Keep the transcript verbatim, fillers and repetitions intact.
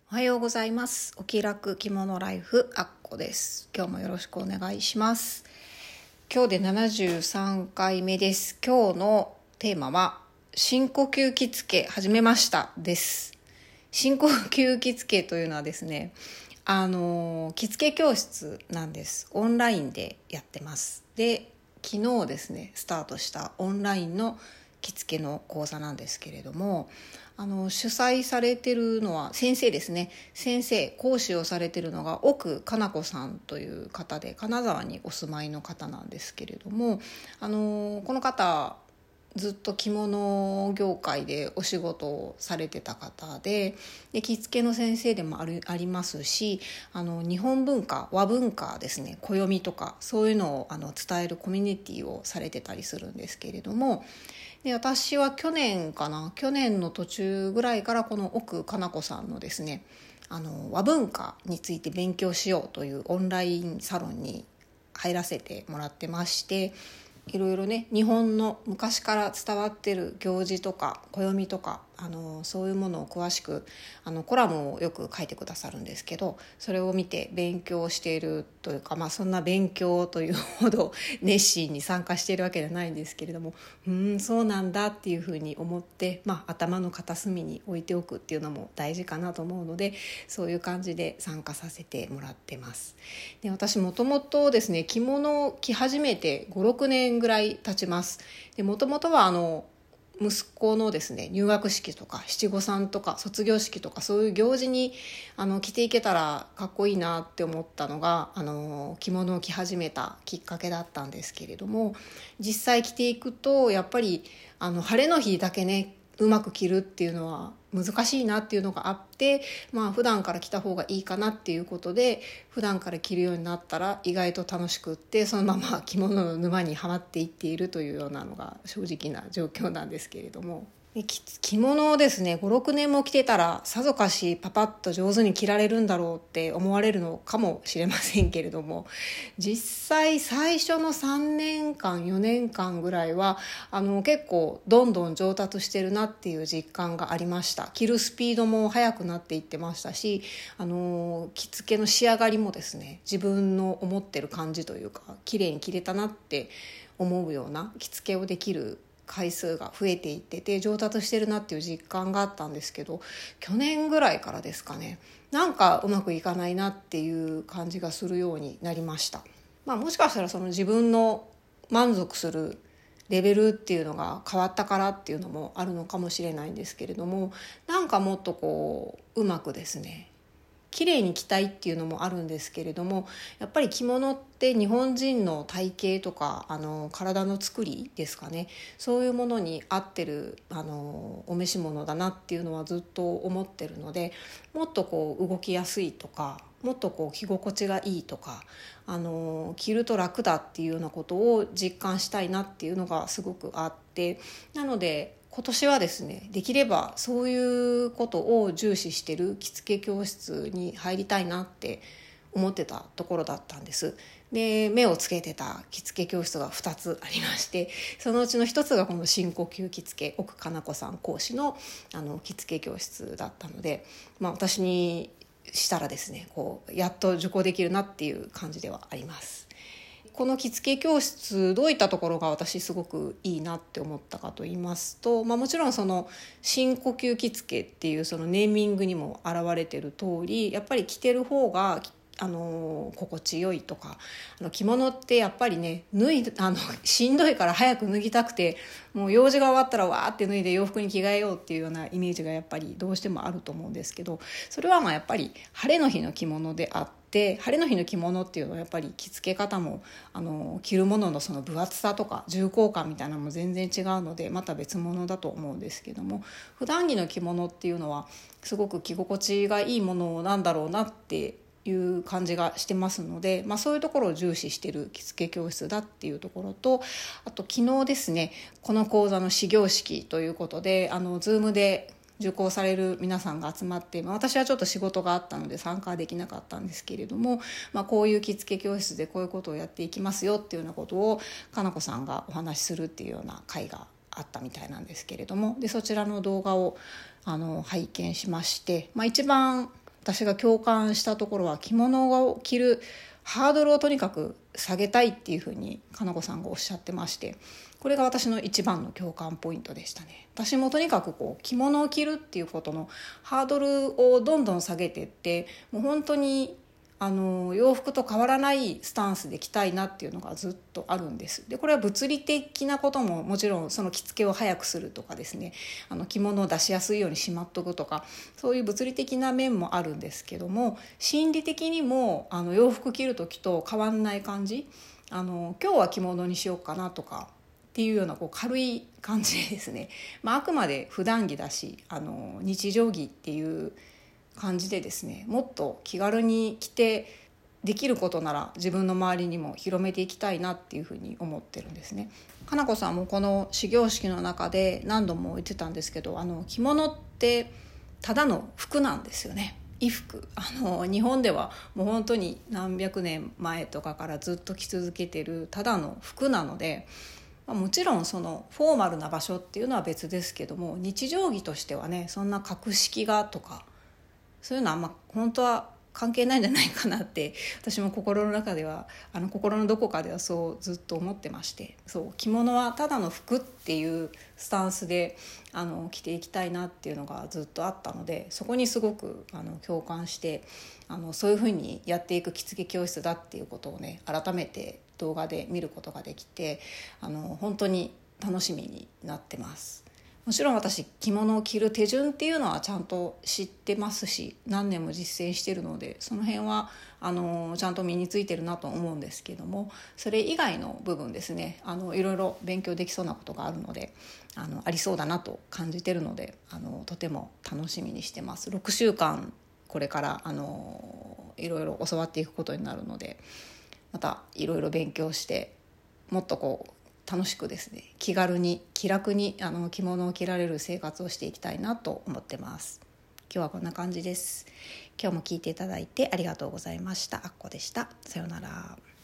おはようございます。お気楽着物ライフあっこです。今日もよろしくお願いします。今日でななじゅうさんかいめです。今日のテーマは深呼吸着付け始めましたです。深呼吸着付けというのはですね、あの着付け教室なんです。オンラインでやってます。で、昨日ですねスタートしたオンラインの着付けの講座なんですけれども、あの主催されてるのは先生ですね。先生講師をされてるのが奥かな子さんという方で、金沢にお住まいの方なんですけれども、あのこの方ずっと着物業界でお仕事をされてた方 で, で着付けの先生でもあるありますし、あの日本文化和文化ですね、暦とかそういうのをあの伝えるコミュニティをされてたりするんですけれども、で私は去年かな去年の途中ぐらいからこの奥かな子さんのですね、あの和文化について勉強しようというオンラインサロンに入らせてもらってまして、いろいろね日本の昔から伝わってる行事とか暦とか、あのそういうものを詳しくあのコラムをよく書いてくださるんですけど、それを見て勉強しているというか、まあ、そんな勉強というほど熱心に参加しているわけじゃないんですけれども、うーんそうなんだっていうふうに思って、まあ、頭の片隅に置いておくっていうのも大事かなと思うので、そういう感じで参加させてもらってます。で、私もともとですね着物を着始めてごろくねんぐらい経ちます。で、もともとはあの息子のですね入学式とか七五三とか卒業式とかそういう行事にあの着ていけたらかっこいいなって思ったのが、あの着物を着始めたきっかけだったんですけれども、実際着ていくとやっぱりあの晴れの日だけねうまく着るっていうのは難しいなっていうのがあって、まあ普段から着た方がいいかなっていうことで普段から着るようになったら意外と楽しくって、そのまま着物の沼にはまっていっているというようなのが正直な状況なんですけれども、着物をですねごろくねんも着てたらさぞかしパパッと上手に着られるんだろうって思われるのかもしれませんけれども、実際最初のさんねんかんよねんかんぐらいはあの結構どんどん上達してるなっていう実感がありました。着るスピードも速くなっていってましたし、あの着付けの仕上がりもですね自分の思ってる感じというか綺麗に着れたなって思うような着付けをできる回数が増えていってて上達してるなっていう実感があったんですけど、去年ぐらいからですかね、なんかうまくいかないなっていう感じがするようになりました。まあ、もしかしたらその自分の満足するレベルっていうのが変わったからっていうのもあるのかもしれないんですけれども、なんかもっとこううまくですね綺麗に着たいっていうのもあるんですけれども、やっぱり着物って日本人の体型とかあの体の作りですかね、そういうものに合ってるあのお召し物だなっていうのはずっと思ってるので、もっとこう動きやすいとかもっとこう着心地がいいとか、あの着ると楽だっていうようなことを実感したいなっていうのがすごくあって、なので今年はですねできればそういうことを重視してる着付け教室に入りたいなって思ってたところだったんです。で、目をつけてた着付け教室がふたつありまして、そのうちのひとつがこの深呼吸着付け奥かな子さん講師のあの着付け教室だったので、まあ、私にしたらですねこうやっと受講できるなっていう感じではあります。この着付け教室どういったところが私すごくいいなって思ったかと言いますと、まあ、もちろんその深呼吸着付けっていうそのネーミングにも表れてる通り、やっぱり着てる方があの心地よいとか、あの着物ってやっぱりね脱いあのしんどいから早く脱ぎたくて、もう用事が終わったらわーって脱いで洋服に着替えようっていうようなイメージがやっぱりどうしてもあると思うんですけど、それはまあやっぱり晴れの日の着物であって、晴れの日の着物っていうのはやっぱり着付け方もあの着るもののその分厚さとか重厚感みたいなのも全然違うのでまた別物だと思うんですけども、普段着の着物っていうのはすごく着心地がいいものなんだろうなっていう感じがしてますので、まあ、そういうところを重視している着付け教室だっていうところと、あと昨日ですねこの講座の始業式ということであの Zoom で受講される皆さんが集まって、まあ、私はちょっと仕事があったので参加できなかったんですけれども、まあ、こういう着付け教室でこういうことをやっていきますよっていうようなことをかなこさんがお話しするっていうような会があったみたいなんですけれども、でそちらの動画をあの拝見しまして、まあ、一番私が共感したところは、着物を着るハードルをとにかく下げたいっていうふうにかなこさんがおっしゃってまして、これが私の一番の共感ポイントでしたね。私もとにかくこう着物を着るっていうことのハードルをどんどん下げていって、もう本当にあの洋服と変わらないスタンスで着たいなっていうのがずっとあるんです。でこれは物理的なことももちろん、その着付けを早くするとかですね、あの着物を出しやすいようにしまっとくとか、そういう物理的な面もあるんですけども、心理的にもあの洋服着る時と変わんない感じ、あの今日は着物にしようかなとかっていうようなこう軽い感じでですね、まあ、あくまで普段着だし、あの日常着っていう感じでですね、もっと気軽に着てできることなら自分の周りにも広めていきたいなっていうふうに思ってるんですね。かなこさんもこの始業式の中で何度も言ってたんですけど、あの着物ってただの服なんですよね。衣服、あの日本ではもう本当に何百年前とかからずっと着続けてるただの服なので、もちろんそのフォーマルな場所っていうのは別ですけども、日常着としてはね、そんな格式がとかそういうのはあんま本当は関係ないんじゃないかなって、私も心の中では、あの心のどこかではそうずっと思ってまして、そう着物はただの服っていうスタンスであの着ていきたいなっていうのがずっとあったので、そこにすごくあの共感して、あのそういうふうにやっていく着付け教室だっていうことをね、改めて動画で見ることができて、あの本当に楽しみになってます。もちろん私着物を着る手順っていうのはちゃんと知ってますし、何年も実践しているので、その辺はあのちゃんと身についてるなと思うんですけども、それ以外の部分ですね、あのいろいろ勉強できそうなことがあるので、あのありそうだなと感じてるので、あのとても楽しみにしてます。ろくしゅうかんこれからあのいろいろ教わっていくことになるので、またいろいろ勉強してもっとこう楽しくですね、気軽に気楽にあの着物を着られる生活をしていきたいなと思ってます。今日はこんな感じです。今日も聞いていただいてありがとうございました。あっこでした。さようなら。